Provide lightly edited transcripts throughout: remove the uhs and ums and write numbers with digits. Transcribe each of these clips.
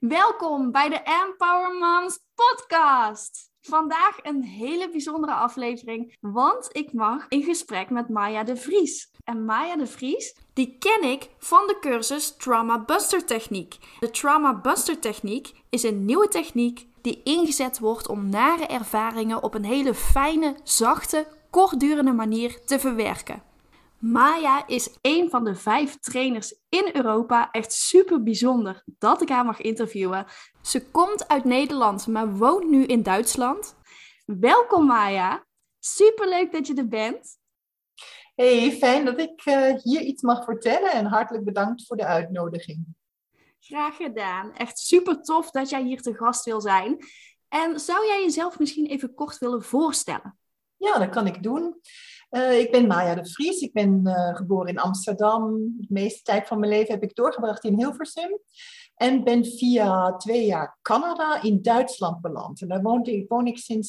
Welkom bij de Empower Moms podcast. Vandaag een hele bijzondere aflevering, want ik mag in gesprek met Maya de Vries. En Maya de Vries, die ken ik van de cursus Trauma Buster Techniek. De Trauma Buster Techniek is een nieuwe techniek die ingezet wordt om nare ervaringen op een hele fijne, zachte, kortdurende manier te verwerken. Maya is een van de 5 trainers in Europa. Echt super bijzonder dat ik haar mag interviewen. Ze komt uit Nederland, maar woont nu in Duitsland. Welkom Maya. Superleuk dat je er bent. Hey, fijn dat ik hier iets mag vertellen en hartelijk bedankt voor de uitnodiging. Graag gedaan. Echt super tof dat jij hier te gast wil zijn. En zou jij jezelf misschien even kort willen voorstellen? Ja, dat kan ik doen. Ik ben Maya de Vries. Ik ben geboren in Amsterdam. De meeste tijd van mijn leven heb ik doorgebracht in Hilversum. En ben via 2 jaar Canada in Duitsland beland. En daar woon ik sinds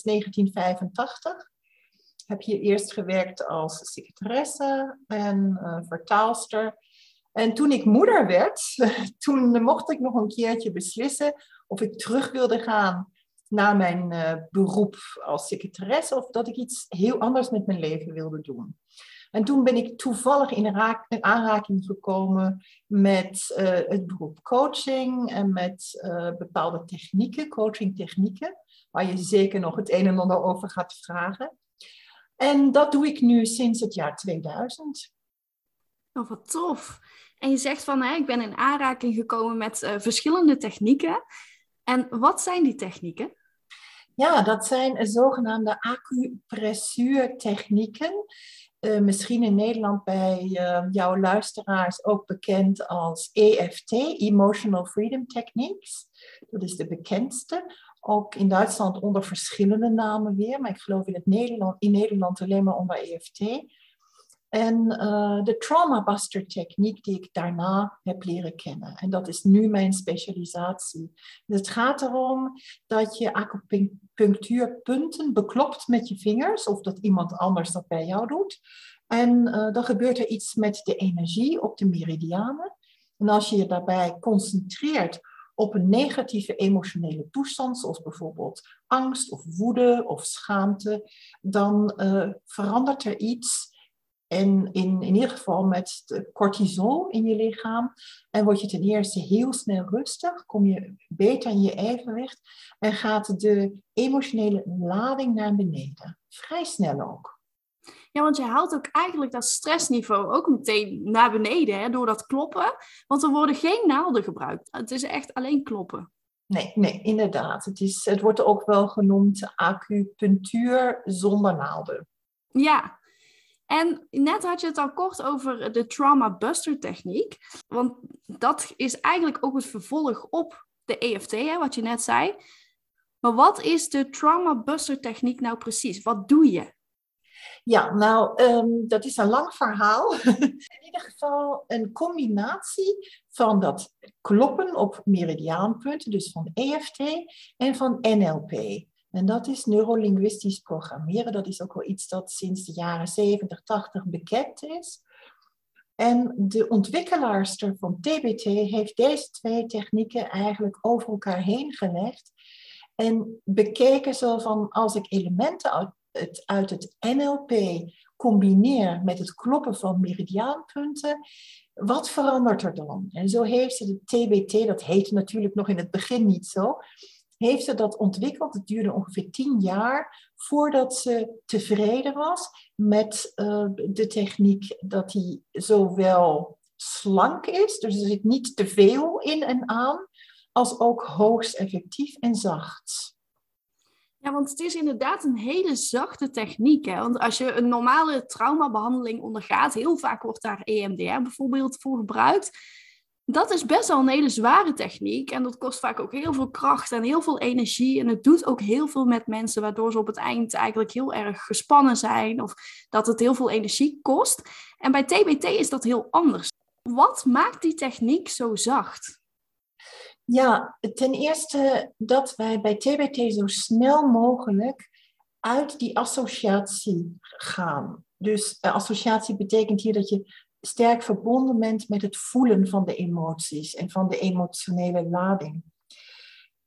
1985. Heb hier eerst gewerkt als secretaresse en vertaalster. En toen ik moeder werd, toen mocht ik nog een keertje beslissen of ik terug wilde gaan naar mijn beroep als secretaresse of dat ik iets heel anders met mijn leven wilde doen. En toen ben ik toevallig in aanraking gekomen met het beroep coaching en met bepaalde technieken, coachingtechnieken, waar je zeker nog het een en ander over gaat vragen. En dat doe ik nu sinds het jaar 2000. Oh, wat tof. En je zegt van, ik ben in aanraking gekomen met verschillende technieken. En wat zijn die technieken? Ja, dat zijn zogenaamde acupressuurtechnieken. Misschien in Nederland bij jouw luisteraars ook bekend als EFT, Emotional Freedom Techniques. Dat is de bekendste. Ook in Duitsland onder verschillende namen weer, maar ik geloof in Nederland alleen maar onder EFT. En de Trauma Buster techniek die ik daarna heb leren kennen. En dat is nu mijn specialisatie. Dus het gaat erom dat je acupunctuurpunten beklopt met je vingers. Of dat iemand anders dat bij jou doet. En dan gebeurt er iets met de energie op de meridianen. En als je je daarbij concentreert op een negatieve emotionele toestand, zoals bijvoorbeeld angst of woede of schaamte, dan verandert er iets. En in ieder geval met de cortisol in je lichaam. En word je ten eerste heel snel rustig. Kom je beter in je evenwicht. En gaat de emotionele lading naar beneden. Vrij snel ook. Ja, want je haalt ook eigenlijk dat stressniveau ook meteen naar beneden door dat kloppen. Want er worden geen naalden gebruikt. Het is echt alleen kloppen. Nee, inderdaad. Het wordt ook wel genoemd acupunctuur zonder naalden. Ja. En net had je het al kort over de Trauma Buster techniek. Want dat is eigenlijk ook het vervolg op de EFT, wat je net zei. Maar wat is de Trauma Buster techniek nou precies? Wat doe je? Ja, nou, dat is een lang verhaal. In ieder geval een combinatie van dat kloppen op meridiaanpunten, dus van EFT en van NLP. En dat is neurolinguistisch programmeren. Dat is ook wel iets dat sinds de jaren 70, 80 bekend is. En de ontwikkelaarster van TBT heeft deze 2 technieken eigenlijk over elkaar heen gelegd. En bekeken zo van, als ik elementen uit het NLP combineer met het kloppen van meridiaanpunten, wat verandert er dan? En zo heeft ze de TBT, dat heette natuurlijk nog in het begin niet zo, heeft ze dat ontwikkeld. Het duurde ongeveer 10 jaar voordat ze tevreden was met de techniek dat die zowel slank is, dus er zit niet te veel in en aan, als ook hoogst effectief en zacht. Ja, want het is inderdaad een hele zachte techniek. Hè? Want als je een normale traumabehandeling ondergaat, heel vaak wordt daar EMDR bijvoorbeeld voor gebruikt. Dat is best wel een hele zware techniek en dat kost vaak ook heel veel kracht en heel veel energie. En het doet ook heel veel met mensen, waardoor ze op het eind eigenlijk heel erg gespannen zijn of dat het heel veel energie kost. En bij TBT is dat heel anders. Wat maakt die techniek zo zacht? Ja, ten eerste dat wij bij TBT zo snel mogelijk uit die associatie gaan. Dus associatie betekent hier dat je sterk verbonden bent met het voelen van de emoties en van de emotionele lading.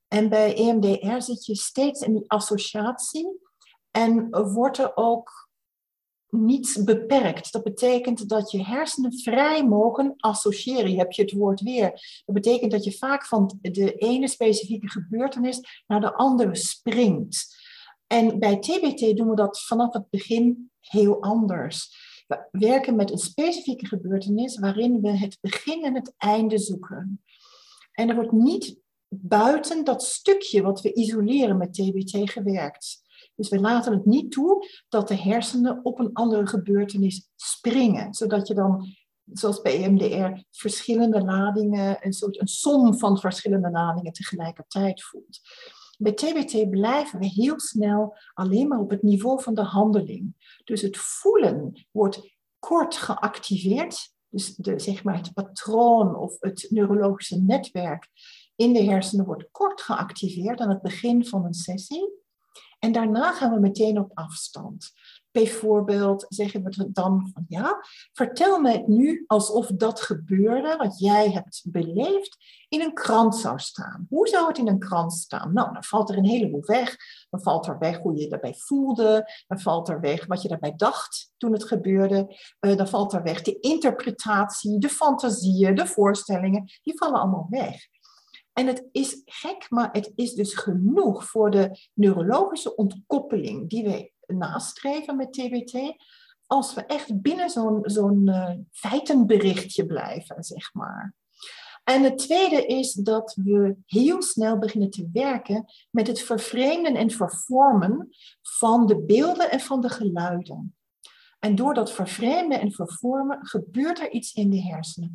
En bij EMDR zit je steeds in die associatie en wordt er ook niets beperkt. Dat betekent dat je hersenen vrij mogen associëren. Je hebt je het woord weer. Dat betekent dat je vaak van de ene specifieke gebeurtenis naar de andere springt. En bij TBT doen we dat vanaf het begin heel anders. We werken met een specifieke gebeurtenis waarin we het begin en het einde zoeken. En er wordt niet buiten dat stukje wat we isoleren met TBT gewerkt. Dus we laten het niet toe dat de hersenen op een andere gebeurtenis springen. Zodat je dan, zoals bij EMDR, verschillende ladingen, een som van verschillende ladingen tegelijkertijd voelt. Bij TBT blijven we heel snel alleen maar op het niveau van de handeling. Dus het voelen wordt kort geactiveerd. Dus zeg maar het patroon of het neurologische netwerk in de hersenen wordt kort geactiveerd aan het begin van een sessie. En daarna gaan we meteen op afstand. Bijvoorbeeld zeggen we dan van ja, vertel me het nu alsof dat gebeurde, wat jij hebt beleefd, in een krant zou staan. Hoe zou het in een krant staan? Nou, dan valt er een heleboel weg. Dan valt er weg hoe je je daarbij voelde. Dan valt er weg wat je daarbij dacht toen het gebeurde. Dan valt er weg de interpretatie, de fantasieën, de voorstellingen. Die vallen allemaal weg. En het is gek, maar het is dus genoeg voor de neurologische ontkoppeling die we nastreven met TBT, als we echt binnen zo'n feitenberichtje blijven, zeg maar. En het tweede is dat we heel snel beginnen te werken met het vervreemden en vervormen van de beelden en van de geluiden. En door dat vervreemden en vervormen gebeurt er iets in de hersenen.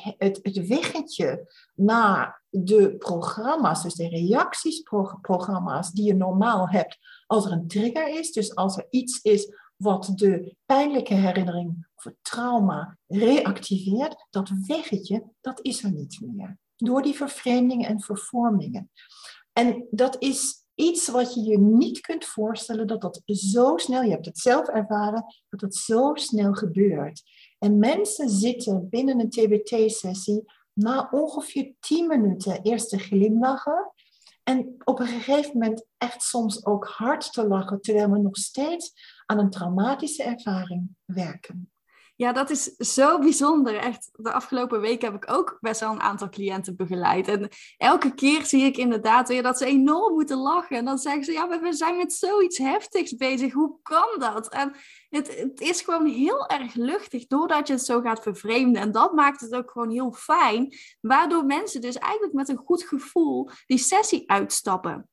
Het weggetje naar de programma's, dus de reactiesprogramma's die je normaal hebt als er een trigger is. Dus als er iets is wat de pijnlijke herinnering of het trauma reactiveert, dat weggetje, dat is er niet meer. Door die vervreemdingen en vervormingen. En dat is iets wat je je niet kunt voorstellen, dat zo snel, je hebt het zelf ervaren, dat het zo snel gebeurt. En mensen zitten binnen een TBT-sessie na ongeveer 10 minuten eerst te glimlachen en op een gegeven moment echt soms ook hard te lachen, terwijl we nog steeds aan een traumatische ervaring werken. Ja, dat is zo bijzonder. Echt, de afgelopen weken heb ik ook best wel een aantal cliënten begeleid. En elke keer zie ik inderdaad weer dat ze enorm moeten lachen. En dan zeggen ze, ja, we zijn met zoiets heftigs bezig. Hoe kan dat? En het is gewoon heel erg luchtig doordat je het zo gaat vervreemden. En dat maakt het ook gewoon heel fijn. Waardoor mensen dus eigenlijk met een goed gevoel die sessie uitstappen.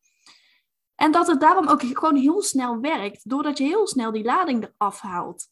En dat het daarom ook gewoon heel snel werkt. Doordat je heel snel die lading eraf haalt.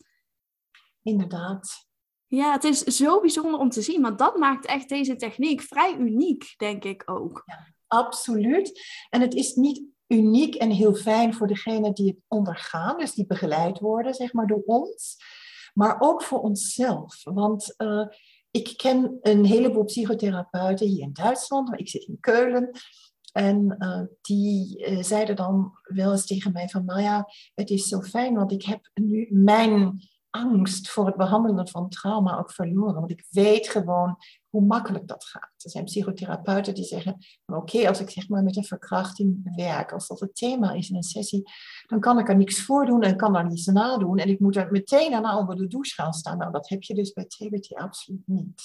Inderdaad. Ja, het is zo bijzonder om te zien. Maar dat maakt echt deze techniek vrij uniek, denk ik ook. Ja, absoluut. En het is niet uniek en heel fijn voor degenen die het ondergaan. Dus die begeleid worden, zeg maar, door ons. Maar ook voor onszelf. Want ik ken een heleboel psychotherapeuten hier in Duitsland. Maar ik zit in Keulen. En die zeiden dan wel eens tegen mij van, nou ja, het is zo fijn, want ik heb nu mijn angst voor het behandelen van trauma ook verloren. Want ik weet gewoon hoe makkelijk dat gaat. Er zijn psychotherapeuten die zeggen, oké, als ik zeg maar met een verkrachting werk, als dat het thema is in een sessie, dan kan ik er niks voor doen en kan er niets nadoen. En ik moet er meteen daarna onder de douche gaan staan. Nou, dat heb je dus bij TBT absoluut niet.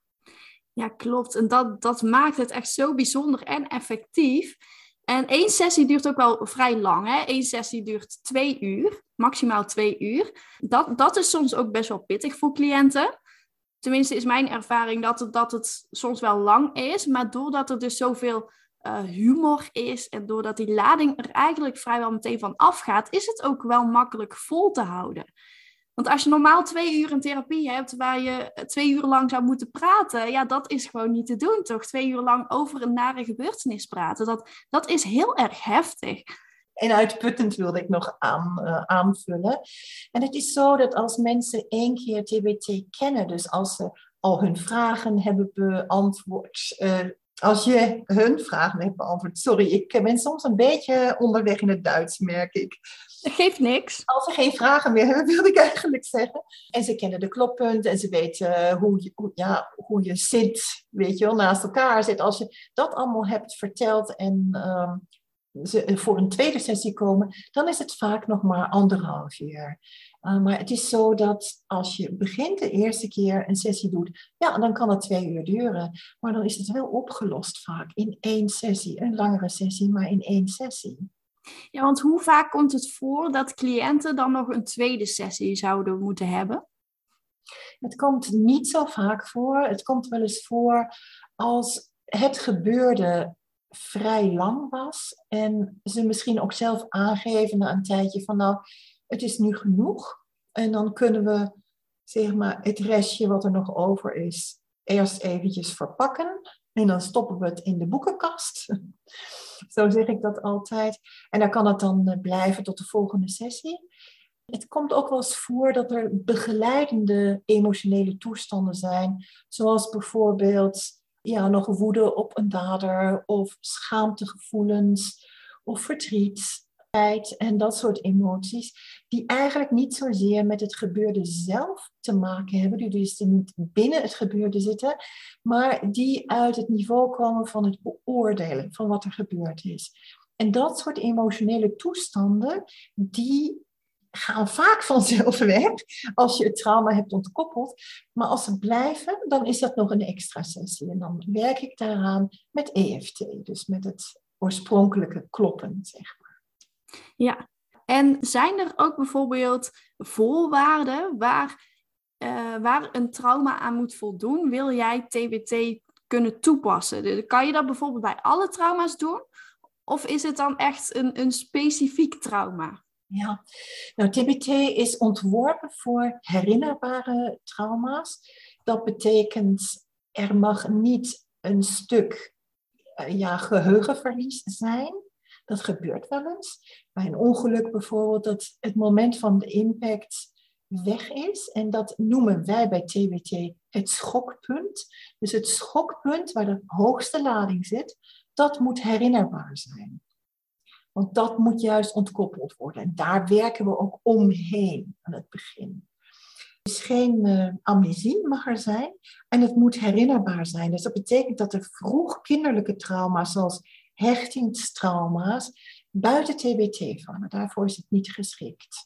Ja, klopt. En dat maakt het echt zo bijzonder en effectief. En 1 sessie duurt ook wel vrij lang. Hè? 1 sessie duurt 2 uur, maximaal 2 uur. Dat is soms ook best wel pittig voor cliënten. Tenminste is mijn ervaring dat het soms wel lang is. Maar doordat er dus zoveel humor is en doordat die lading er eigenlijk vrijwel meteen van afgaat, is het ook wel makkelijk vol te houden. Want als je normaal 2 uur een therapie hebt waar je 2 uur lang zou moeten praten, ja, dat is gewoon niet te doen, toch? 2 uur lang over een nare gebeurtenis praten, dat is heel erg heftig. En uitputtend wilde ik nog aanvullen. En het is zo dat als mensen 1 keer TBT kennen, dus als ze al hun vragen hebben beantwoord, als je hun vragen hebt beantwoord, sorry, ik ben soms een beetje onderweg in het Duits, merk ik. Dat geeft niks. Als ze geen vragen meer hebben, wilde ik eigenlijk zeggen. En ze kennen de kloppunten en ze weten hoe je zit, weet je wel, naast elkaar zit. Als je dat allemaal hebt verteld en ze voor een tweede sessie komen, dan is het vaak nog maar 1,5 uur. Maar het is zo dat als je begint de eerste keer een sessie doet, ja, dan kan het 2 uur duren. Maar dan is het wel opgelost vaak in 1 sessie. Een langere sessie, maar in 1 sessie. Ja, want hoe vaak komt het voor dat cliënten dan nog een tweede sessie zouden moeten hebben? Het komt niet zo vaak voor. Het komt wel eens voor als het gebeurde vrij lang was en ze misschien ook zelf aangeven na een tijdje van nou, het is nu genoeg. En dan kunnen we zeg maar het restje wat er nog over is eerst eventjes verpakken en dan stoppen we het in de boekenkast. Zo zeg ik dat altijd. En dan kan het dan blijven tot de volgende sessie. Het komt ook wel eens voor dat er begeleidende emotionele toestanden zijn, zoals bijvoorbeeld nog woede op een dader of schaamtegevoelens of verdriet en dat soort emoties, die eigenlijk niet zozeer met het gebeurde zelf te maken hebben, die dus niet binnen het gebeurde zitten, maar die uit het niveau komen van het beoordelen van wat er gebeurd is. En dat soort emotionele toestanden, die gaan vaak vanzelf weg als je het trauma hebt ontkoppeld. Maar als ze blijven, dan is dat nog een extra sessie. En dan werk ik daaraan met EFT, dus met het oorspronkelijke kloppen, zeg maar. Ja, en zijn er ook bijvoorbeeld voorwaarden waar een trauma aan moet voldoen? Wil jij TBT kunnen toepassen? Kan je dat bijvoorbeeld bij alle trauma's doen? Of is het dan echt een specifiek trauma? Ja, nou TBT is ontworpen voor herinnerbare trauma's. Dat betekent, er mag niet een stuk geheugenverlies zijn. Dat gebeurt wel eens. Bij een ongeluk bijvoorbeeld, dat het moment van de impact weg is. En dat noemen wij bij TBT het schokpunt. Dus het schokpunt waar de hoogste lading zit, dat moet herinnerbaar zijn. Want dat moet juist ontkoppeld worden. En daar werken we ook omheen aan het begin. Dus geen amnesie mag er zijn. En het moet herinnerbaar zijn. Dus dat betekent dat de vroeg kinderlijke trauma's, zoals hechtingstrauma's, buiten TBT vallen. Daarvoor is het niet geschikt.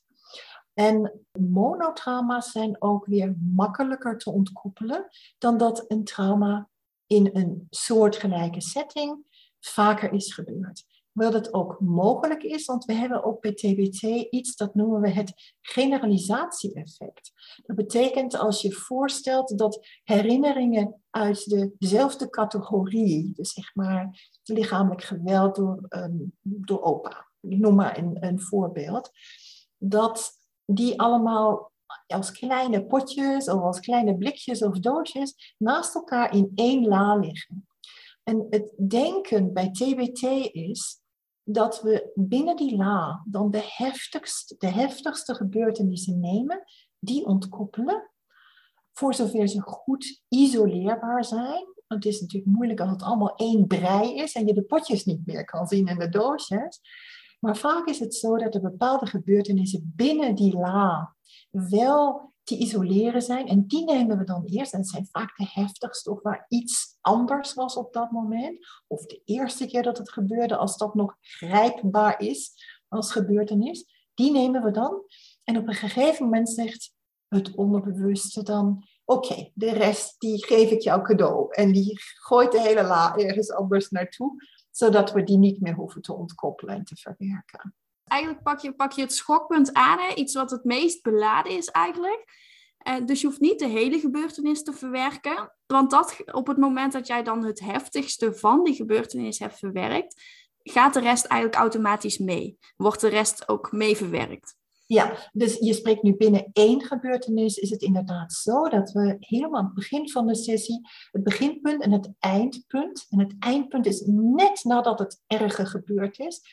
En monotrauma's zijn ook weer makkelijker te ontkoppelen dan dat een trauma in een soortgelijke setting vaker is gebeurd. Hoewel dat ook mogelijk is, want we hebben ook bij TBT iets, dat noemen we het generalisatie-effect. Dat betekent als je voorstelt dat herinneringen uit dezelfde categorie, dus zeg maar lichamelijk geweld door opa, ik noem maar een voorbeeld, dat die allemaal als kleine potjes of als kleine blikjes of doosjes naast elkaar in 1 la liggen. En het denken bij TBT is dat we binnen die la dan de heftigste gebeurtenissen nemen, die ontkoppelen, voor zover ze goed isoleerbaar zijn. Want het is natuurlijk moeilijk als het allemaal 1 brei is en je de potjes niet meer kan zien in de doosjes. Maar vaak is het zo dat er bepaalde gebeurtenissen binnen die la wel te isoleren zijn. En die nemen we dan eerst. En het zijn vaak de heftigste of waar iets anders was op dat moment. Of de eerste keer dat het gebeurde, als dat nog grijpbaar is als gebeurtenis. Die nemen we dan. En op een gegeven moment zegt het onderbewuste dan, oké, de rest die geef ik jou cadeau. En die gooit de hele la ergens anders naartoe, zodat we die niet meer hoeven te ontkoppelen en te verwerken. Eigenlijk pak je het schokpunt aan, hè? Iets wat het meest beladen is eigenlijk. Dus je hoeft niet de hele gebeurtenis te verwerken. Want op het moment dat jij dan het heftigste van die gebeurtenis hebt verwerkt, gaat de rest eigenlijk automatisch mee. Wordt de rest ook mee verwerkt. Ja, dus je spreekt nu binnen 1 gebeurtenis, is het inderdaad zo dat we helemaal aan het begin van de sessie het beginpunt en het eindpunt is net nadat het erge gebeurd is.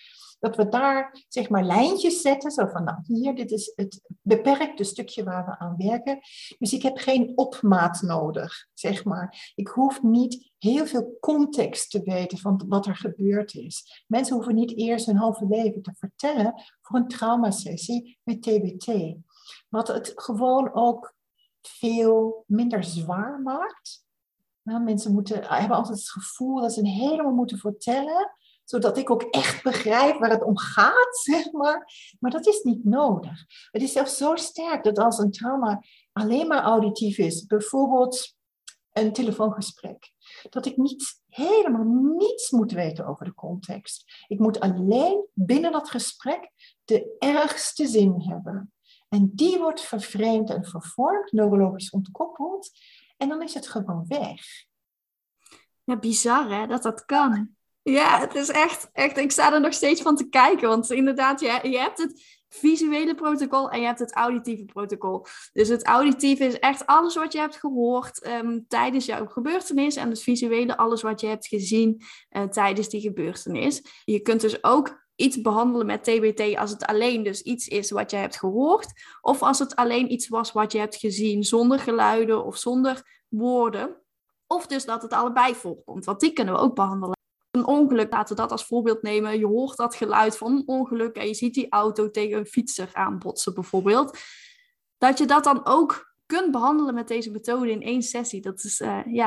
Dat we daar zeg maar lijntjes zetten. Zo van, nou hier, dit is het beperkte stukje waar we aan werken. Dus ik heb geen opmaat nodig, zeg maar. Ik hoef niet heel veel context te weten van wat er gebeurd is. Mensen hoeven niet eerst hun halve leven te vertellen voor een traumasessie met TBT. Wat het gewoon ook veel minder zwaar maakt. Nou, mensen hebben altijd het gevoel dat ze helemaal moeten vertellen, zodat ik ook echt begrijp waar het om gaat, zeg maar. Maar dat is niet nodig. Het is zelfs zo sterk dat als een trauma alleen maar auditief is, bijvoorbeeld een telefoongesprek, dat ik helemaal niets moet weten over de context. Ik moet alleen binnen dat gesprek de ergste zin hebben. En die wordt vervreemd en vervormd, neurologisch ontkoppeld. En dan is het gewoon weg. Ja, bizar hè, dat kan. Ja, het is echt, ik sta er nog steeds van te kijken. Want inderdaad, je hebt het visuele protocol en je hebt het auditieve protocol. Dus het auditieve is echt alles wat je hebt gehoord tijdens jouw gebeurtenis. En het visuele alles wat je hebt gezien tijdens die gebeurtenis. Je kunt dus ook iets behandelen met TBT als het alleen dus iets is wat je hebt gehoord. Of als het alleen iets was wat je hebt gezien zonder geluiden of zonder woorden. Of dus dat het allebei voorkomt, want die kunnen we ook behandelen. Een ongeluk, laten we dat als voorbeeld nemen. Je hoort dat geluid van een ongeluk en je ziet die auto tegen een fietser aanbotsen bijvoorbeeld. Dat je dat dan ook kunt behandelen met deze methode in 1 sessie. Dat is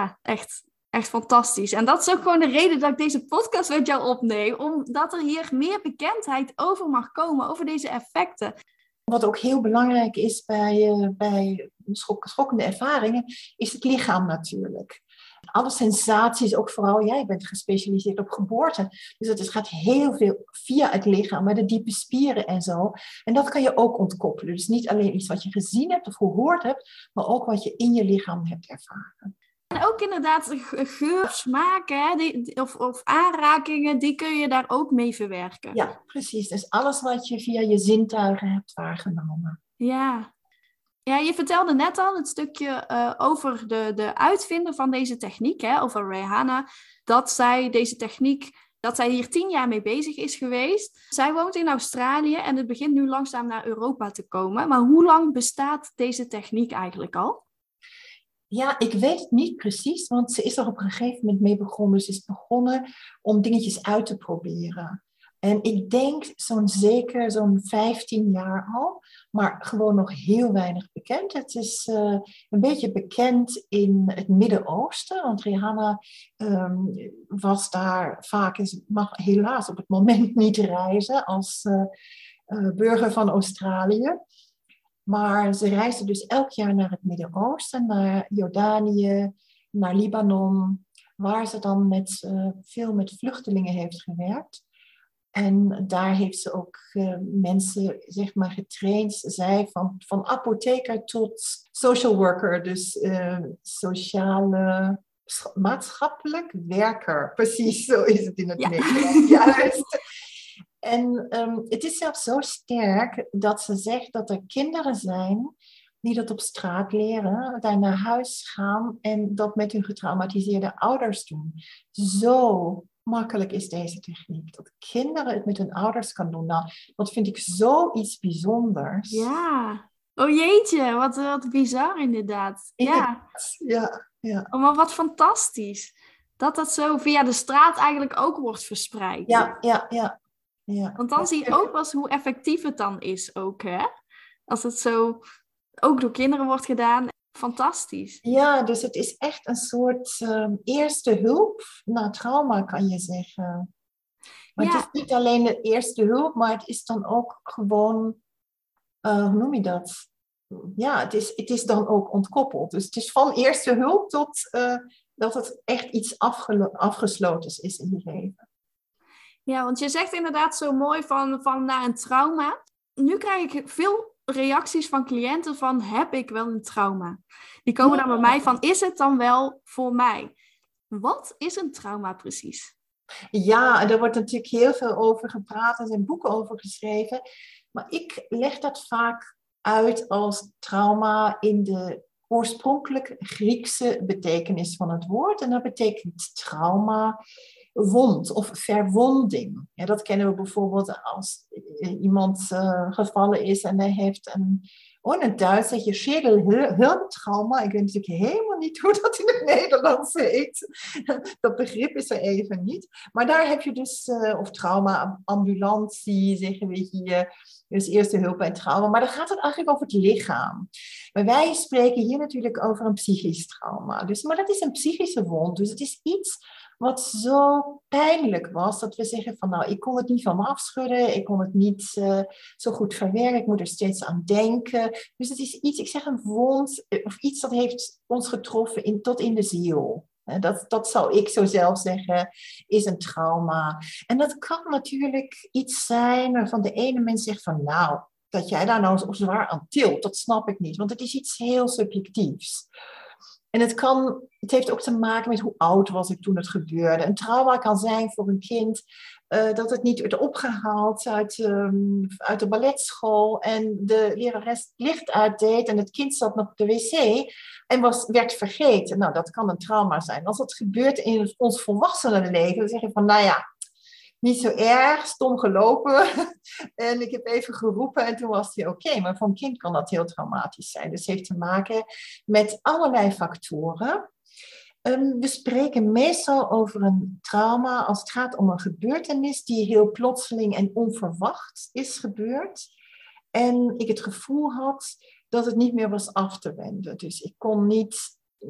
echt fantastisch. En dat is ook gewoon de reden dat ik deze podcast met jou opneem. Omdat er hier meer bekendheid over mag komen, over deze effecten. Wat ook heel belangrijk is bij schokkende ervaringen, is het lichaam natuurlijk. Alle sensaties, ook vooral jij bent gespecialiseerd op geboorte. Dus het gaat heel veel via het lichaam, met de diepe spieren en zo. En dat kan je ook ontkoppelen. Dus niet alleen iets wat je gezien hebt of gehoord hebt, maar ook wat je in je lichaam hebt ervaren. En ook inderdaad geur of smaken, hè, of aanrakingen, die kun je daar ook mee verwerken. Ja, precies. Dus alles wat je via je zintuigen hebt waargenomen. Ja, je vertelde net al het stukje over de uitvinder van deze techniek, hè, over Rihanna, dat zij hier 10 jaar mee bezig is geweest. Zij woont in Australië en het begint nu langzaam naar Europa te komen. Maar hoe lang bestaat deze techniek eigenlijk al? Ja, ik weet het niet precies, want ze is er op een gegeven moment mee begonnen. Ze is begonnen om dingetjes uit te proberen. En ik denk zo'n 15 jaar al, maar gewoon nog heel weinig bekend. Het is een beetje bekend in het Midden-Oosten, want Rihanna was daar vaak, mag helaas op het moment niet reizen als burger van Australië. Maar ze reisde dus elk jaar naar het Midden-Oosten, naar Jordanië, naar Libanon, waar ze dan veel met vluchtelingen heeft gewerkt. En daar heeft ze ook mensen, zeg maar, getraind. Zij van apotheker tot social worker, dus maatschappelijk werker. Precies, zo is het in het Nederlands. Juist. En het is zelfs zo sterk dat ze zegt dat er kinderen zijn die dat op straat leren, daar naar huis gaan en dat met hun getraumatiseerde ouders doen. Zo makkelijk is deze techniek. Dat kinderen het met hun ouders kan doen. Nou, dat vind ik zoiets bijzonders. Ja. Oh jeetje, wat bizar inderdaad. Ja. Oh, maar wat fantastisch. Dat zo via de straat eigenlijk ook wordt verspreid. Ja. Want dan zie je ook wel eens hoe effectief het dan is ook, hè? Als het zo ook door kinderen wordt gedaan. Fantastisch. Ja, dus het is echt een soort eerste hulp na trauma, kan je zeggen. Maar het is niet alleen de eerste hulp, maar het is dan ook gewoon, hoe noem je dat? Ja, het is dan ook ontkoppeld. Dus het is van eerste hulp tot dat het echt iets afgesloten is in je leven. Ja, want je zegt inderdaad zo mooi van na een trauma. Nu krijg ik veel reacties van cliënten van, heb ik wel een trauma? Die komen dan bij mij van, is het dan wel voor mij? Wat is een trauma precies? Ja, er wordt natuurlijk heel veel over gepraat. Er zijn boeken over geschreven. Maar ik leg dat vaak uit als trauma in de oorspronkelijk Griekse betekenis van het woord. En dat betekent trauma. wond of verwonding. Ja, dat kennen we bijvoorbeeld als iemand gevallen is en hij heeft in Duits zeg je Schädelhirntrauma. Ik weet natuurlijk helemaal niet hoe dat in het Nederlands heet. Dat begrip is er even niet. Maar daar heb je dus, of trauma-ambulantie, zeggen we hier. Dus eerste hulp bij trauma. Maar dan gaat het eigenlijk over het lichaam. Maar wij spreken hier natuurlijk over een psychisch trauma. Maar dat is een psychische wond. Dus het is iets wat zo pijnlijk was, dat we zeggen van ik kon het niet van me afschudden, ik kon het niet zo goed verwerken, ik moet er steeds aan denken. Dus het is iets, ik zeg een wond, of iets dat heeft ons getroffen tot in de ziel. Dat zou ik zo zelf zeggen, is een trauma. En dat kan natuurlijk iets zijn waarvan de ene mens zegt van dat jij daar nou zo zwaar aan tilt, dat snap ik niet, want het is iets heel subjectiefs. En het heeft ook te maken met hoe oud was ik toen het gebeurde. Een trauma kan zijn voor een kind dat het niet werd opgehaald uit de balletschool en de lerares licht uitdeed en het kind zat nog op de wc en werd vergeten. Nou, dat kan een trauma zijn. Als dat gebeurt in ons volwassenenleven, dan zeg je van niet zo erg, stom gelopen. En ik heb even geroepen en toen was hij oké. Maar voor een kind kan dat heel traumatisch zijn. Dus het heeft te maken met allerlei factoren. We spreken meestal over een trauma als het gaat om een gebeurtenis die heel plotseling en onverwacht is gebeurd. En ik het gevoel had dat het niet meer was af te wenden. Dus ik kon niet,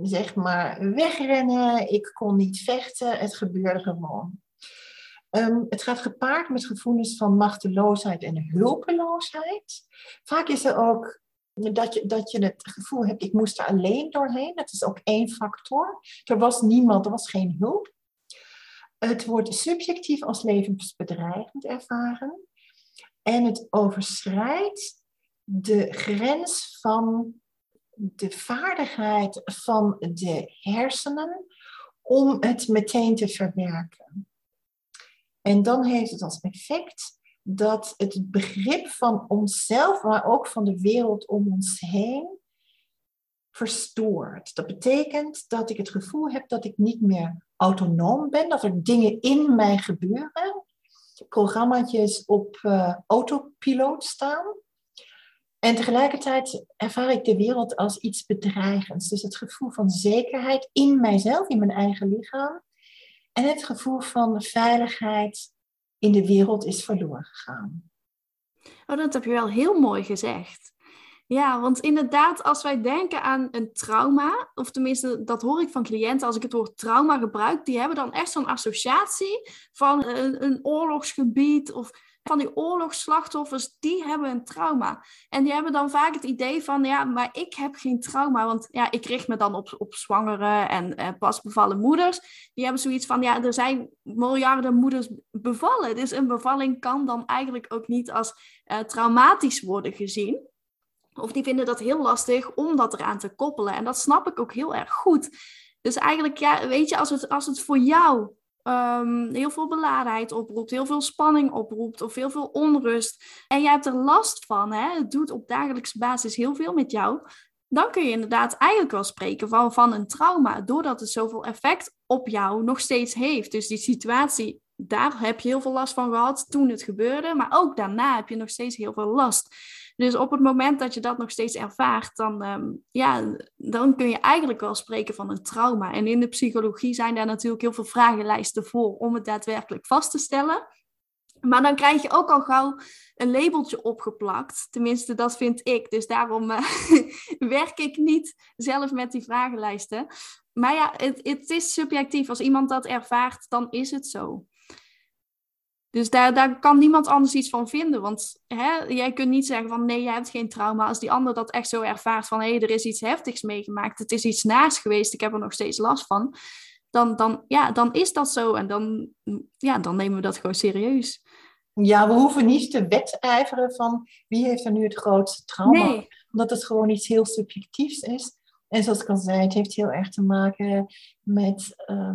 wegrennen. Ik kon niet vechten. Het gebeurde gewoon. Het gaat gepaard met gevoelens van machteloosheid en hulpeloosheid. Vaak is er ook dat je het gevoel hebt, ik moest er alleen doorheen. Dat is ook één factor. Er was niemand, er was geen hulp. Het wordt subjectief als levensbedreigend ervaren. En het overschrijdt de grens van de vaardigheid van de hersenen om het meteen te verwerken. En dan heeft het als effect dat het begrip van onszelf, maar ook van de wereld om ons heen, verstoort. Dat betekent dat ik het gevoel heb dat ik niet meer autonoom ben, dat er dingen in mij gebeuren, programmaatjes op autopiloot staan. En tegelijkertijd ervaar ik de wereld als iets bedreigends. Dus het gevoel van zekerheid in mijzelf, in mijn eigen lichaam. En het gevoel van veiligheid in de wereld is verloren gegaan. Oh, dat heb je wel heel mooi gezegd. Ja, want inderdaad, als wij denken aan een trauma, of tenminste, dat hoor ik van cliënten als ik het woord trauma gebruik, die hebben dan echt zo'n associatie van een oorlogsgebied of van die oorlogsslachtoffers, die hebben een trauma. En die hebben dan vaak het idee van, maar ik heb geen trauma, want ik richt me dan op zwangere en pas bevallen moeders. Die hebben zoiets van, er zijn miljarden moeders bevallen, dus een bevalling kan dan eigenlijk ook niet als traumatisch worden gezien. Of die vinden dat heel lastig om dat eraan te koppelen. En dat snap ik ook heel erg goed. Dus eigenlijk, weet je, als het voor jou heel veel beladenheid oproept, heel veel spanning oproept of heel veel onrust en jij hebt er last van, het doet op dagelijkse basis heel veel met jou, dan kun je inderdaad eigenlijk wel spreken van een trauma, doordat het zoveel effect op jou nog steeds heeft. Dus die situatie, daar heb je heel veel last van gehad toen het gebeurde, maar ook daarna heb je nog steeds heel veel last. Dus op het moment dat je dat nog steeds ervaart, dan kun je eigenlijk wel spreken van een trauma. En in de psychologie zijn daar natuurlijk heel veel vragenlijsten voor om het daadwerkelijk vast te stellen. Maar dan krijg je ook al gauw een labeltje opgeplakt. Tenminste, dat vind ik. Dus daarom werk ik niet zelf met die vragenlijsten. Maar het is subjectief. Als iemand dat ervaart, dan is het zo. Dus daar kan niemand anders iets van vinden. Want jij kunt niet zeggen van nee, jij hebt geen trauma. Als die ander dat echt zo ervaart van er is iets heftigs meegemaakt. Het is iets naars geweest. Ik heb er nog steeds last van. Dan is dat zo. En dan nemen we dat gewoon serieus. Ja, we hoeven niet te wedijveren van wie heeft er nu het grootste trauma. Nee. Omdat het gewoon iets heel subjectiefs is. En zoals ik al zei, het heeft heel erg te maken met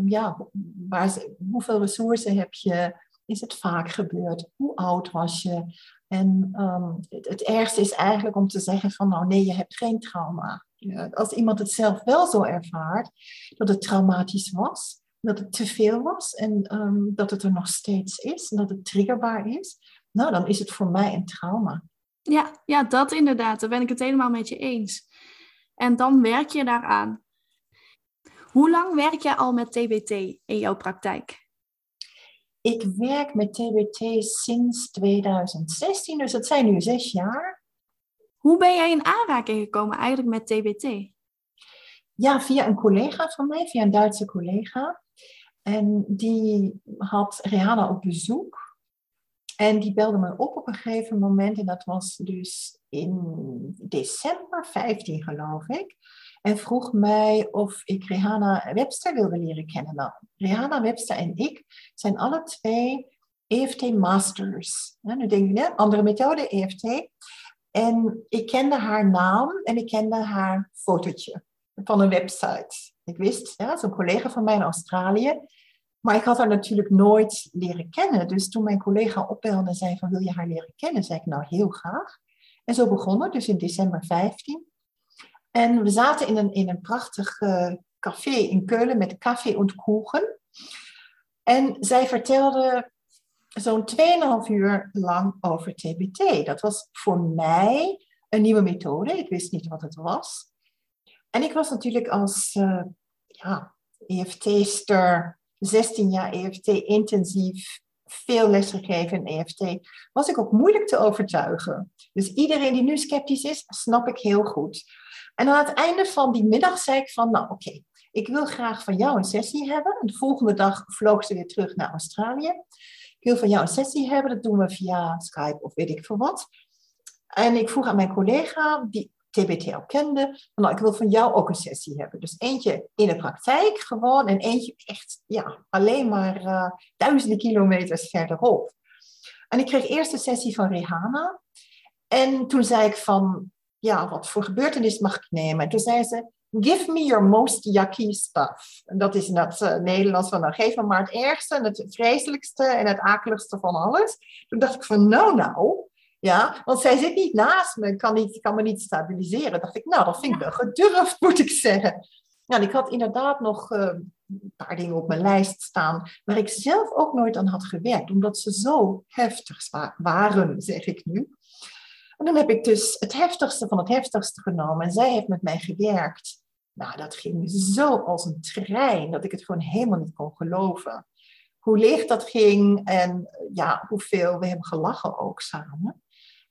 hoeveel ressources heb je. Is het vaak gebeurd? Hoe oud was je? En het ergste is eigenlijk om te zeggen van nee, je hebt geen trauma. Ja, als iemand het zelf wel zo ervaart, dat het traumatisch was, dat het te veel was en dat het er nog steeds is en dat het triggerbaar is, nou, dan is het voor mij een trauma. Ja, dat inderdaad. Daar ben ik het helemaal met je eens. En dan werk je daaraan. Hoe lang werk jij al met TBT in jouw praktijk? Ik werk met TBT sinds 2016, dus dat zijn nu 6 jaar. Hoe ben jij in aanraking gekomen eigenlijk met TBT? Ja, via een collega van mij, via een Duitse collega. En die had Rihanna op bezoek. En die belde me op een gegeven moment. En dat was dus in december 15, geloof ik. En vroeg mij of ik Rihanna Webster wilde leren kennen. Nou, Rihanna Webster en ik zijn alle twee EFT Masters. Ja, nu denk je, andere methode, EFT. En ik kende haar naam en ik kende haar fotootje van een website. Ik wist, ja, zo'n collega van mij in Australië. Maar ik had haar natuurlijk nooit leren kennen. Dus toen mijn collega opbelde en zei van, wil je haar leren kennen? Zei ik, nou, heel graag. En zo begon het, dus in december 15. En we zaten in een prachtig café in Keulen met café en kuchen. En zij vertelde zo'n 2,5 uur lang over TBT. Dat was voor mij een nieuwe methode. Ik wist niet wat het was. En ik was natuurlijk als EFT-ster, 16 jaar EFT intensief, veel lesgegeven in EFT, was ik ook moeilijk te overtuigen. Dus iedereen die nu sceptisch is, snap ik heel goed. En aan het einde van die middag zei ik van, nou oké, ik wil graag van jou een sessie hebben. En de volgende dag vloog ze weer terug naar Australië. Ik wil van jou een sessie hebben, dat doen we via Skype of weet ik veel wat. En ik vroeg aan mijn collega, die TBT al kende, van, nou, ik wil van jou ook een sessie hebben. Dus eentje in de praktijk gewoon en eentje echt alleen maar duizenden kilometers verderop. En ik kreeg eerst een sessie van Rihanna. En toen zei ik van, ja, wat voor gebeurtenis mag ik nemen? En toen zei ze, give me your most yucky stuff. En dat is in het Nederlands van, nou, geef me maar het ergste en het vreselijkste en het akeligste van alles. Toen dacht ik van, nou, ja, want zij zit niet naast me, kan me niet stabiliseren. Dacht ik, nou, dat vind ik wel gedurfd, moet ik zeggen. Nou, ik had inderdaad nog een paar dingen op mijn lijst staan, waar ik zelf ook nooit aan had gewerkt, omdat ze zo heftig waren, zeg ik nu. En dan heb ik dus het heftigste van het heftigste genomen. En zij heeft met mij gewerkt. Nou, dat ging zo als een trein, dat ik het gewoon helemaal niet kon geloven. Hoe licht dat ging en hoeveel we hebben gelachen ook samen.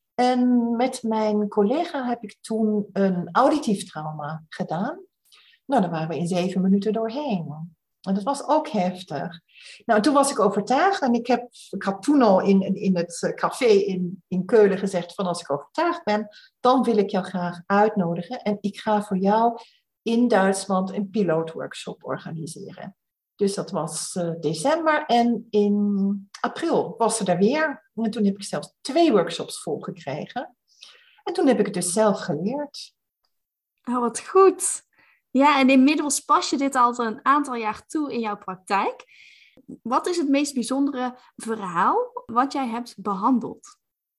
En met mijn collega heb ik toen een auditief trauma gedaan. Nou, daar waren we in 7 minuten doorheen. En dat was ook heftig. Nou, toen was ik overtuigd en ik had toen al in het café in Keulen gezegd van als ik overtuigd ben, dan wil ik jou graag uitnodigen en ik ga voor jou in Duitsland een pilootworkshop organiseren. Dus dat was december en in april was ze er weer. En toen heb ik zelfs 2 workshops volgekregen. En toen heb ik het dus zelf geleerd. Oh, wat goed. Ja, en inmiddels pas je dit al een aantal jaar toe in jouw praktijk. Wat is het meest bijzondere verhaal wat jij hebt behandeld?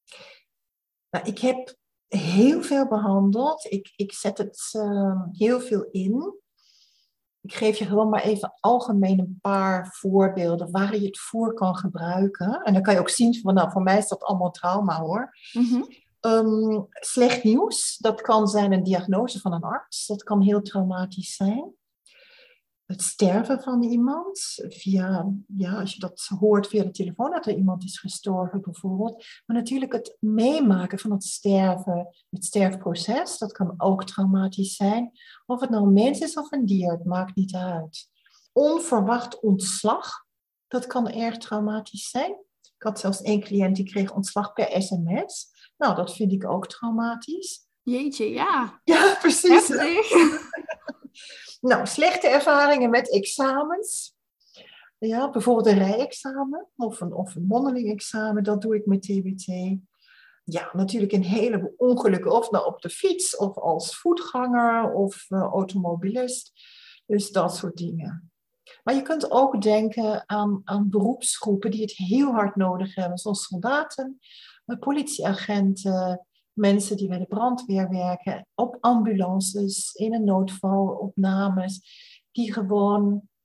Nou, ik heb heel veel behandeld. Ik zet het heel veel in. Ik geef je gewoon maar even algemeen een paar voorbeelden waar je het voor kan gebruiken. En dan kan je ook zien van, nou, voor mij is dat allemaal trauma hoor. Mm-hmm. Slecht nieuws, dat kan zijn een diagnose van een arts. Dat kan heel traumatisch zijn. Het sterven van iemand, als je dat hoort via de telefoon, dat er iemand is gestorven bijvoorbeeld. Maar natuurlijk het meemaken van het sterven, het sterfproces, dat kan ook traumatisch zijn. Of het nou een mens is of een dier, het maakt niet uit. Onverwacht ontslag, dat kan erg traumatisch zijn. Ik had zelfs 1 cliënt die kreeg ontslag per sms. Nou, dat vind ik ook traumatisch. Jeetje, ja. Ja, precies. Heftig. Nou, slechte ervaringen met examens. Ja, bijvoorbeeld een rijexamen of een mondeling examen, dat doe ik met TBT. Ja, natuurlijk een heleboel ongelukken, of nou op de fiets, of als voetganger, of automobilist. Dus dat soort dingen. Maar je kunt ook denken aan beroepsgroepen die het heel hard nodig hebben, zoals soldaten, politieagenten, mensen die bij de brandweer werken, op ambulances, in een noodvalopnames, die gewoon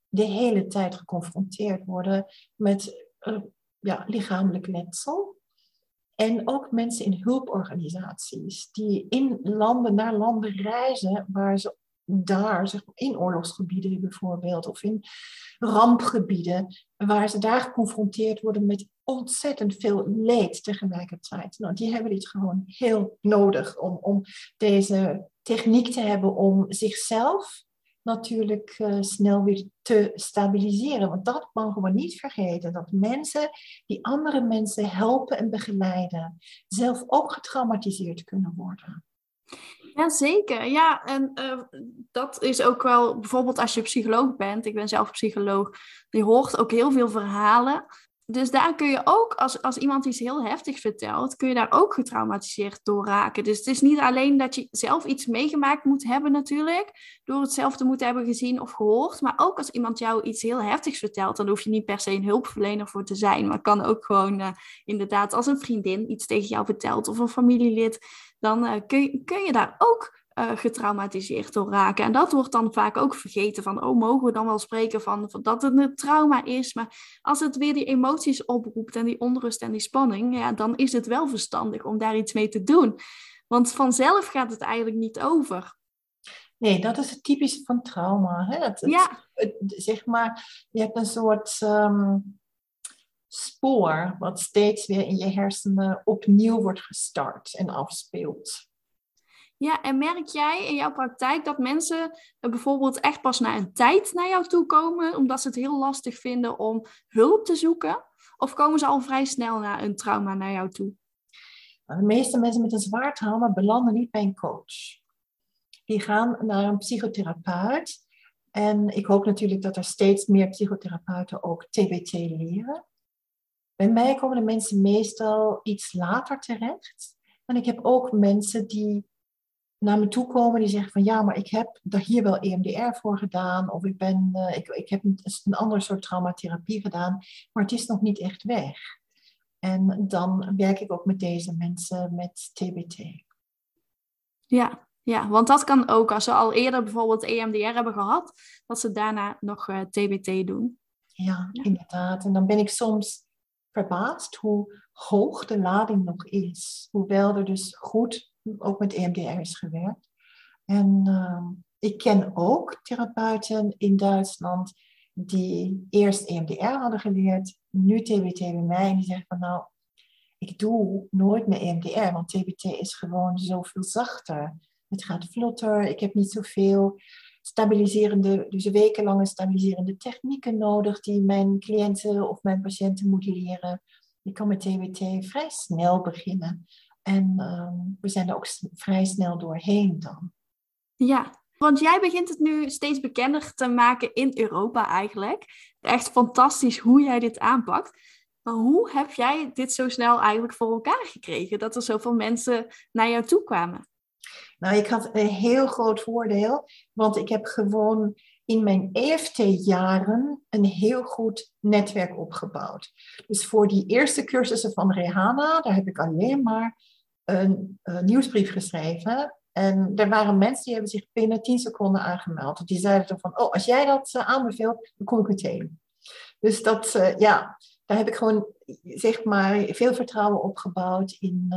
de hele tijd geconfronteerd worden met lichamelijk letsel. En ook mensen in hulporganisaties die in naar landen reizen waar ze daar, zeg maar, in oorlogsgebieden bijvoorbeeld, of in rampgebieden, waar ze daar geconfronteerd worden met ontzettend veel leed tegelijkertijd. Nou, die hebben dit gewoon heel nodig om deze techniek te hebben om zichzelf natuurlijk snel weer te stabiliseren. Want dat mogen we niet vergeten. Dat mensen die andere mensen helpen en begeleiden, zelf ook getraumatiseerd kunnen worden. Ja, zeker. Ja, en dat is ook wel, bijvoorbeeld als je psycholoog bent, ik ben zelf psycholoog, je hoort ook heel veel verhalen. Dus daar kun je ook, als iemand iets heel heftigs vertelt, kun je daar ook getraumatiseerd door raken. Dus het is niet alleen dat je zelf iets meegemaakt moet hebben natuurlijk, door het zelf te moeten hebben gezien of gehoord. Maar ook als iemand jou iets heel heftigs vertelt, dan hoef je niet per se een hulpverlener voor te zijn. Maar kan ook gewoon inderdaad als een vriendin iets tegen jou vertelt of een familielid, dan kun je daar ook getraumatiseerd door raken. En dat wordt dan vaak ook vergeten van, mogen we dan wel spreken van dat het een trauma is. Maar als het weer die emoties oproept en die onrust en die spanning, ja, dan is het wel verstandig om daar iets mee te doen. Want vanzelf gaat het eigenlijk niet over. Nee, dat is het typische van trauma. Hè? Zeg maar, je hebt een soort spoor wat steeds weer in je hersenen opnieuw wordt gestart en afspeelt. Ja, en merk jij in jouw praktijk dat mensen bijvoorbeeld echt pas na een tijd naar jou toe komen, omdat ze het heel lastig vinden om hulp te zoeken? Of komen ze al vrij snel na een trauma naar jou toe? De meeste mensen met een zwaar trauma belanden niet bij een coach. Die gaan naar een psychotherapeut. En ik hoop natuurlijk dat er steeds meer psychotherapeuten ook TBT leren. Bij mij komen de mensen meestal iets later terecht. En ik heb ook mensen die naar me toe komen die zeggen van ja, maar ik heb daar hier wel EMDR voor gedaan. Of ik heb een ander soort traumatherapie gedaan. Maar het is nog niet echt weg. En dan werk ik ook met deze mensen met TBT. Ja, want dat kan ook als ze al eerder bijvoorbeeld EMDR hebben gehad, dat ze daarna nog TBT doen. Ja, inderdaad. En dan ben ik soms verbaasd hoe hoog de lading nog is. Hoewel er dus goed ook met EMDR is gewerkt. En ik ken ook therapeuten in Duitsland die eerst EMDR hadden geleerd, nu TBT bij mij. En die zeggen van nou, ik doe nooit meer EMDR, want TBT is gewoon zoveel zachter. Het gaat vlotter, ik heb niet zoveel stabiliserende, dus wekenlange stabiliserende technieken nodig die mijn cliënten of mijn patiënten moeten leren. Ik kan met TBT vrij snel beginnen. En we zijn er ook vrij snel doorheen dan. Ja, want jij begint het nu steeds bekender te maken in Europa eigenlijk. Echt fantastisch hoe jij dit aanpakt. Maar hoe heb jij dit zo snel eigenlijk voor elkaar gekregen? Dat er zoveel mensen naar jou toe kwamen? Nou, ik had een heel groot voordeel. Want ik heb gewoon in mijn EFT-jaren een heel goed netwerk opgebouwd. Dus voor die eerste cursussen van Rehana, daar heb ik alleen maar een nieuwsbrief geschreven. En er waren mensen die hebben zich binnen 10 seconden aangemeld. Die zeiden dan van, als jij dat aanbeveelt, dan kom ik meteen. Dus dat, daar heb ik gewoon, zeg maar, veel vertrouwen opgebouwd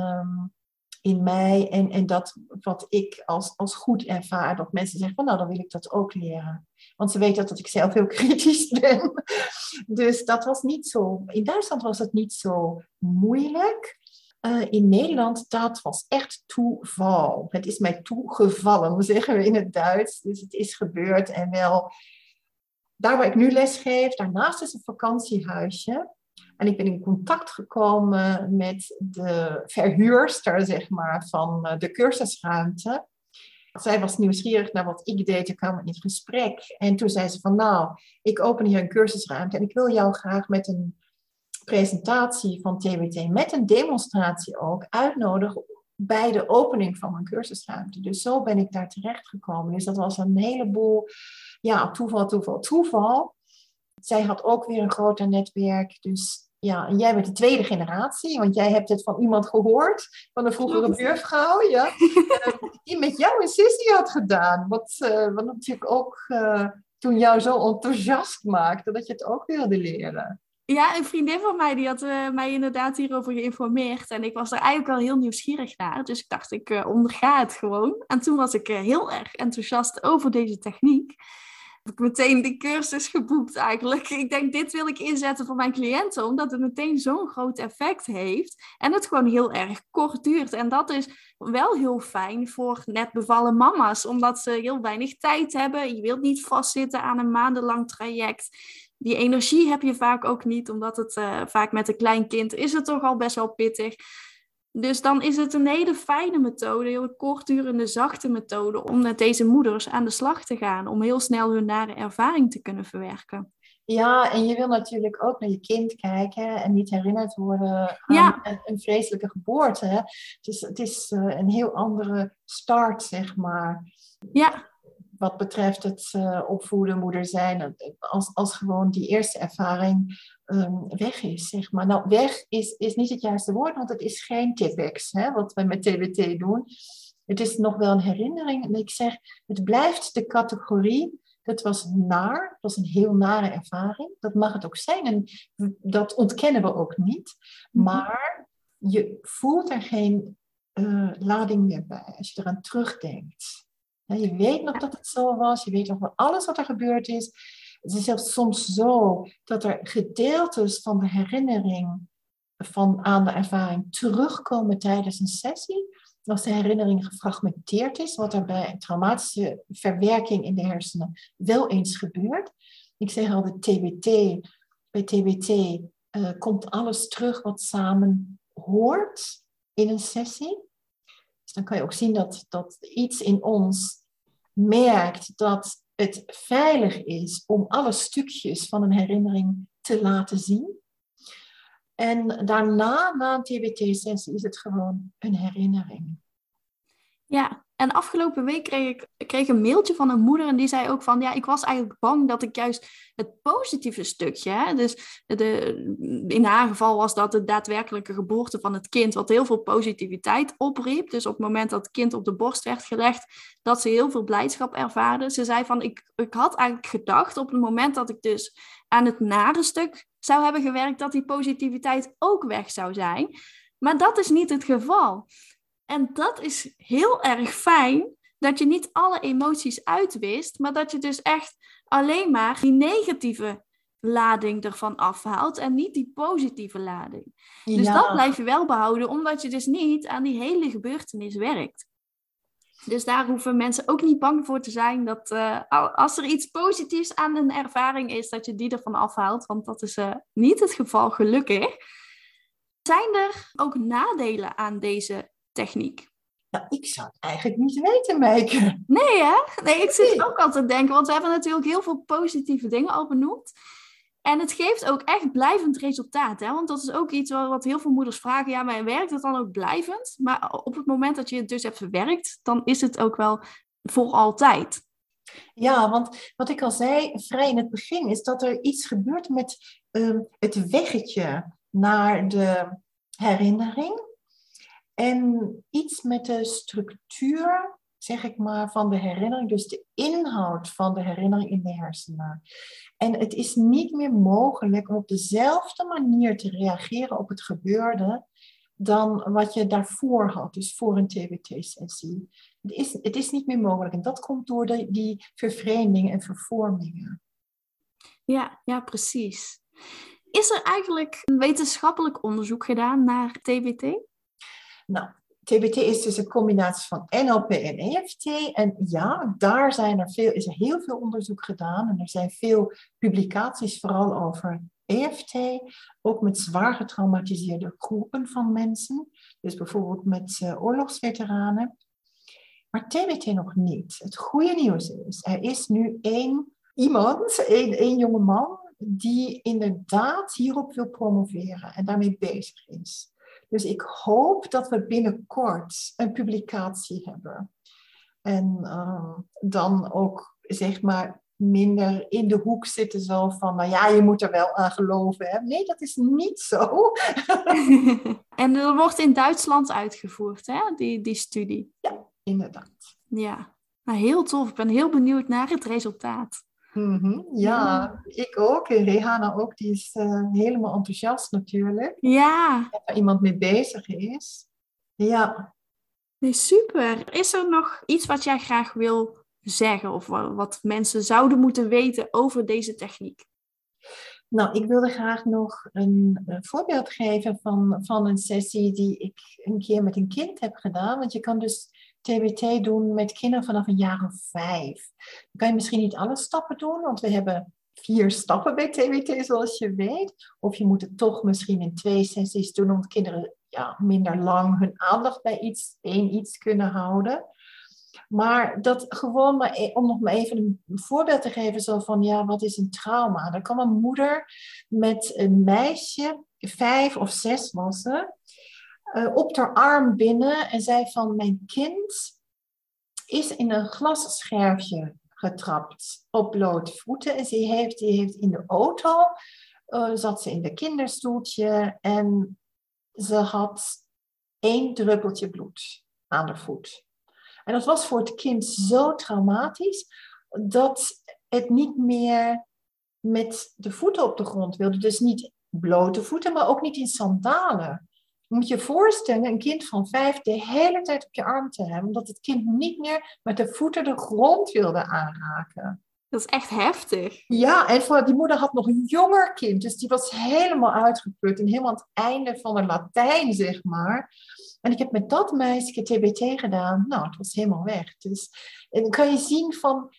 in mij. En dat wat ik als goed ervaar. Dat mensen zeggen van, nou, dan wil ik dat ook leren. Want ze weten dat ik zelf heel kritisch ben. Dus dat was niet zo, in Duitsland was het niet zo moeilijk. In Nederland, dat was echt toeval. Het is mij toegevallen, zeggen we in het Duits. Dus het is gebeurd. En wel, daar waar ik nu les geef, daarnaast is een vakantiehuisje. En ik ben in contact gekomen met de verhuurster, zeg maar, van de cursusruimte. Zij was nieuwsgierig naar wat ik deed. Ik kwam in het gesprek. En toen zei ze van, nou, ik open hier een cursusruimte. En ik wil jou graag met een presentatie van TBT, met een demonstratie ook, uitnodigen bij de opening van mijn cursusruimte. Dus zo ben ik daar terecht gekomen. Dus dat was een heleboel, toeval. Zij had ook weer een groter netwerk. Dus ja, en jij bent de tweede generatie, want jij hebt het van iemand gehoord, van een vroegere buurvrouw, ja, die met jou een sessie had gedaan. Wat natuurlijk ook toen jou zo enthousiast maakte dat je het ook wilde leren? Ja, een vriendin van mij die had mij inderdaad hierover geïnformeerd. En ik was er eigenlijk wel heel nieuwsgierig naar. Dus ik dacht, ik onderga het gewoon. En toen was ik heel erg enthousiast over deze techniek. Heb ik meteen de cursus geboekt eigenlijk. Ik denk, dit wil ik inzetten voor mijn cliënten. Omdat het meteen zo'n groot effect heeft. En het gewoon heel erg kort duurt. En dat is wel heel fijn voor net bevallen mama's. Omdat ze heel weinig tijd hebben. Je wilt niet vastzitten aan een maandenlang traject. Die energie heb je vaak ook niet, omdat het vaak met een klein kind is het toch al best wel pittig. Dus dan is het een hele fijne methode, een heel kortdurende, zachte methode om met deze moeders aan de slag te gaan, om heel snel hun nare ervaring te kunnen verwerken. Ja, en je wil natuurlijk ook naar je kind kijken en niet herinnerd worden aan Ja. een vreselijke geboorte. Hè? Dus het is een heel andere start, zeg maar. Ja. Wat betreft het opvoeden, moeder zijn, als gewoon die eerste ervaring weg is, zeg maar. Nou, weg is niet het juiste woord, want het is geen Tipp-Ex, hè, wat we met TBT doen. Het is nog wel een herinnering. En ik zeg, het blijft de categorie, dat was naar, dat was een heel nare ervaring. Dat mag het ook zijn en dat ontkennen we ook niet. Maar je voelt er geen lading meer bij als je eraan terugdenkt. Je weet nog dat het zo was. Je weet nog wel alles wat er gebeurd is. Het is zelfs soms zo dat er gedeeltes van de herinnering aan de ervaring terugkomen tijdens een sessie. Als de herinnering gefragmenteerd is, wat er bij een traumatische verwerking in de hersenen wel eens gebeurt. Ik zeg altijd TBT. Bij TBT komt alles terug wat samen hoort in een sessie. Dus dan kan je ook zien dat iets in ons merkt dat het veilig is om alle stukjes van een herinnering te laten zien. En daarna, na een TBT-sessie, is het gewoon een herinnering. Ja, en afgelopen week kreeg ik een mailtje van een moeder en die zei ook van, ja, ik was eigenlijk bang dat ik juist het positieve stukje, hè, dus in haar geval was dat de daadwerkelijke geboorte van het kind, wat heel veel positiviteit opriep. Dus op het moment dat het kind op de borst werd gelegd, dat ze heel veel blijdschap ervaarde. Ze zei van, ik had eigenlijk gedacht op het moment dat ik dus aan het nare stuk zou hebben gewerkt, dat die positiviteit ook weg zou zijn. Maar dat is niet het geval. En dat is heel erg fijn, dat je niet alle emoties uitwist, maar dat je dus echt alleen maar die negatieve lading ervan afhaalt en niet die positieve lading. Ja. Dus dat blijf je wel behouden, omdat je dus niet aan die hele gebeurtenis werkt. Dus daar hoeven mensen ook niet bang voor te zijn dat als er iets positiefs aan een ervaring is, dat je die ervan afhaalt, want dat is niet het geval, gelukkig. Zijn er ook nadelen aan deze techniek? Nou, ik zou het eigenlijk niet weten, Meike. Nee, hè? Nee, ik zit ook altijd te denken, want we hebben natuurlijk heel veel positieve dingen al benoemd. En het geeft ook echt blijvend resultaat, hè? Want dat is ook iets wat heel veel moeders vragen. Ja, maar werkt het dan ook blijvend? Maar op het moment dat je het dus hebt verwerkt, dan is het ook wel voor altijd. Ja, want wat ik al zei, vrij in het begin, is dat er iets gebeurt met het weggetje naar de herinnering. En iets met de structuur, zeg ik maar, van de herinnering. Dus de inhoud van de herinnering in de hersenen. En het is niet meer mogelijk om op dezelfde manier te reageren op het gebeurde dan wat je daarvoor had, dus voor een TBT-sessie. Het is niet meer mogelijk. En dat komt door die vervreemdingen en vervormingen. Ja, precies. Is er eigenlijk een wetenschappelijk onderzoek gedaan naar TBT? Nou, TBT is dus een combinatie van NLP en EFT. En ja, daar is er heel veel onderzoek gedaan. En er zijn veel publicaties vooral over EFT. Ook met zwaar getraumatiseerde groepen van mensen. Dus bijvoorbeeld met oorlogsveteranen. Maar TBT nog niet. Het goede nieuws is, er is nu één jonge man, die inderdaad hierop wil promoveren en daarmee bezig is. Dus ik hoop dat we binnenkort een publicatie hebben. En dan ook, zeg maar, minder in de hoek zitten zo van, nou ja, je moet er wel aan geloven. Hè? Nee, dat is niet zo. En er wordt in Duitsland uitgevoerd, hè, die studie. Ja, inderdaad. Ja, nou, heel tof. Ik ben heel benieuwd naar het resultaat. Ja, ik ook. En Rehana ook. Die is helemaal enthousiast natuurlijk. Ja, Dat er iemand mee bezig is. Ja. nee, super. Is er nog iets wat jij graag wil zeggen of wat mensen zouden moeten weten over deze techniek? Nou, ik wilde graag nog een voorbeeld geven van een sessie die ik een keer met een kind heb gedaan. Want je kan dus TBT doen met kinderen vanaf een jaar of 5. Dan kan je misschien niet alle stappen doen, want we hebben 4 stappen bij TBT, zoals je weet. Of je moet het toch misschien in 2 sessies doen, omdat kinderen minder lang hun aandacht bij één iets kunnen houden. Maar dat gewoon om nog maar even een voorbeeld te geven, zo van wat is een trauma? Er kwam een moeder met een meisje, 5 of 6 was ze, op haar arm binnen en zei van mijn kind is in een glasscherfje getrapt op blote voeten. En die heeft in de auto, zat ze in de kinderstoeltje en ze had 1 druppeltje bloed aan de voet. En dat was voor het kind zo traumatisch dat het niet meer met de voeten op de grond wilde. Dus niet blote voeten, maar ook niet in sandalen. Je moet je voorstellen, een kind van 5 de hele tijd op je arm te hebben, omdat het kind niet meer met de voeten de grond wilde aanraken. Dat is echt heftig. Ja, en die moeder had nog een jonger kind, dus die was helemaal uitgeput en helemaal aan het einde van de Latijn, zeg maar. En ik heb met dat meisje TBT gedaan. Nou, het was helemaal weg. Dus, en dan kan je zien van,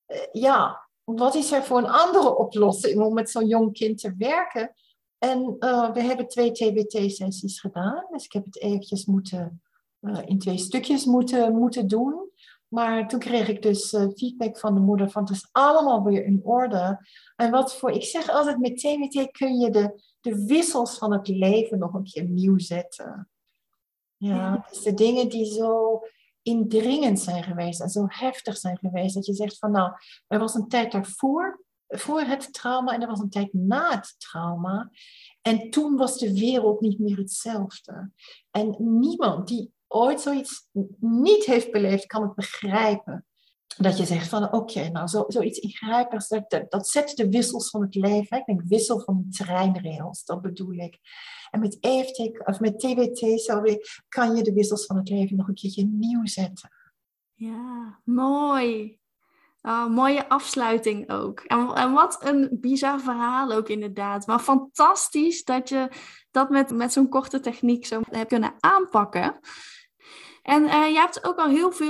wat is er voor een andere oplossing om met zo'n jong kind te werken? En we hebben 2 TBT-sessies gedaan. Dus ik heb het eventjes in 2 stukjes moeten doen. Maar toen kreeg ik dus feedback van de moeder van het is allemaal weer in orde. En ik zeg altijd met TBT kun je de wissels van het leven nog een keer nieuw zetten. Ja, dus de dingen die zo indringend zijn geweest en zo heftig zijn geweest. Dat je zegt van nou, er was een tijd daarvoor, voor het trauma en er was een tijd na het trauma. En toen was de wereld niet meer hetzelfde. En niemand die ooit zoiets niet heeft beleefd, kan het begrijpen. Dat je zegt van oké, nou zoiets ingrijpends, dat zet de wissels van het leven. Ik denk wissel van treinrails, dat bedoel ik. En met EFT, of met TBT, kan je de wissels van het leven nog een keertje nieuw zetten. Ja, mooi. Mooie afsluiting ook. En wat een bizar verhaal ook inderdaad. Maar fantastisch dat je dat met zo'n korte techniek zo hebt kunnen aanpakken. En je hebt ook al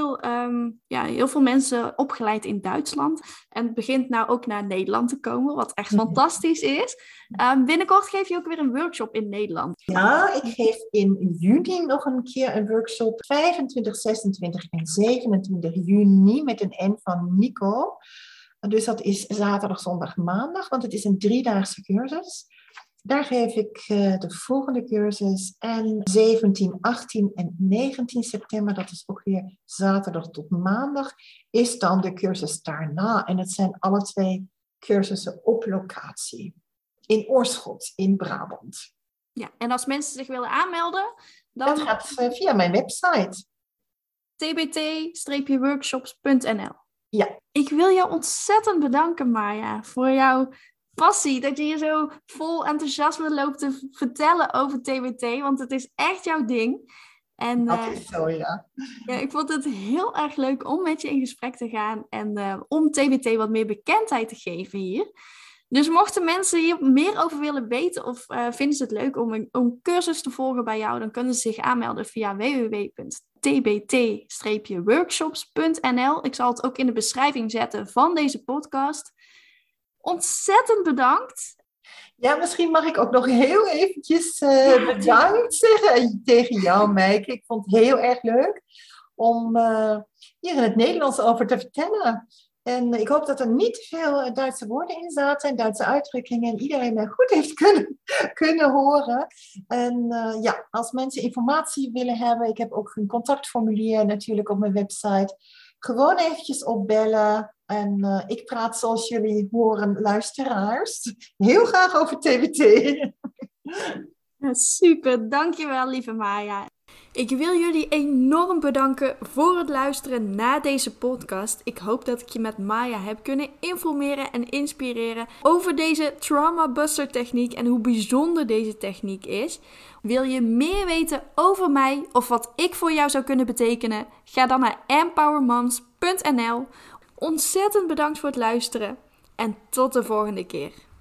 heel veel mensen opgeleid in Duitsland. En het begint nou ook naar Nederland te komen, wat echt fantastisch is. Binnenkort geef je ook weer een workshop in Nederland. Ja, ik geef in juni nog een keer een workshop. 25, 26 en 27 juni met een N van Nico. Dus dat is zaterdag, zondag, maandag, want het is een 3-daagse cursus. Daar geef ik de volgende cursus. En 17, 18 en 19 september, dat is ook weer zaterdag tot maandag, is dan de cursus daarna. En het zijn alle 2 cursussen op locatie. In Oorschot, in Brabant. Ja, en als mensen zich willen aanmelden, dan... Dat gaat via mijn website. tbt-workshops.nl. Ja. Ik wil jou ontzettend bedanken, Maya, voor jouw passie. Dat je hier zo vol enthousiasme loopt te vertellen over TBT, want het is echt jouw ding. En, dat is zo, ja. Ja, ik vond het heel erg leuk om met je in gesprek te gaan en om TBT wat meer bekendheid te geven hier. Dus mochten mensen hier meer over willen weten of vinden ze het leuk om een cursus te volgen bij jou, dan kunnen ze zich aanmelden via www.tbt-workshops.nl. Ik zal het ook in de beschrijving zetten van deze podcast. Ontzettend bedankt. Ja, misschien mag ik ook nog heel eventjes bedankt zeggen tegen jou, Meike. Ik vond het heel erg leuk om hier in het Nederlands over te vertellen. En ik hoop dat er niet te veel Duitse woorden in zaten en Duitse uitdrukkingen en iedereen mij goed heeft kunnen horen. En als mensen informatie willen hebben, ik heb ook een contactformulier natuurlijk op mijn website. Gewoon eventjes opbellen. En ik praat zoals jullie horen, luisteraars, heel graag over TBT. Ja, super, dankjewel lieve Maya. Ik wil jullie enorm bedanken voor het luisteren naar deze podcast. Ik hoop dat ik je met Maya heb kunnen informeren en inspireren over deze Trauma Buster techniek en hoe bijzonder deze techniek is. Wil je meer weten over mij of wat ik voor jou zou kunnen betekenen? Ga dan naar empowermoms.nl. Ontzettend bedankt voor het luisteren en tot de volgende keer.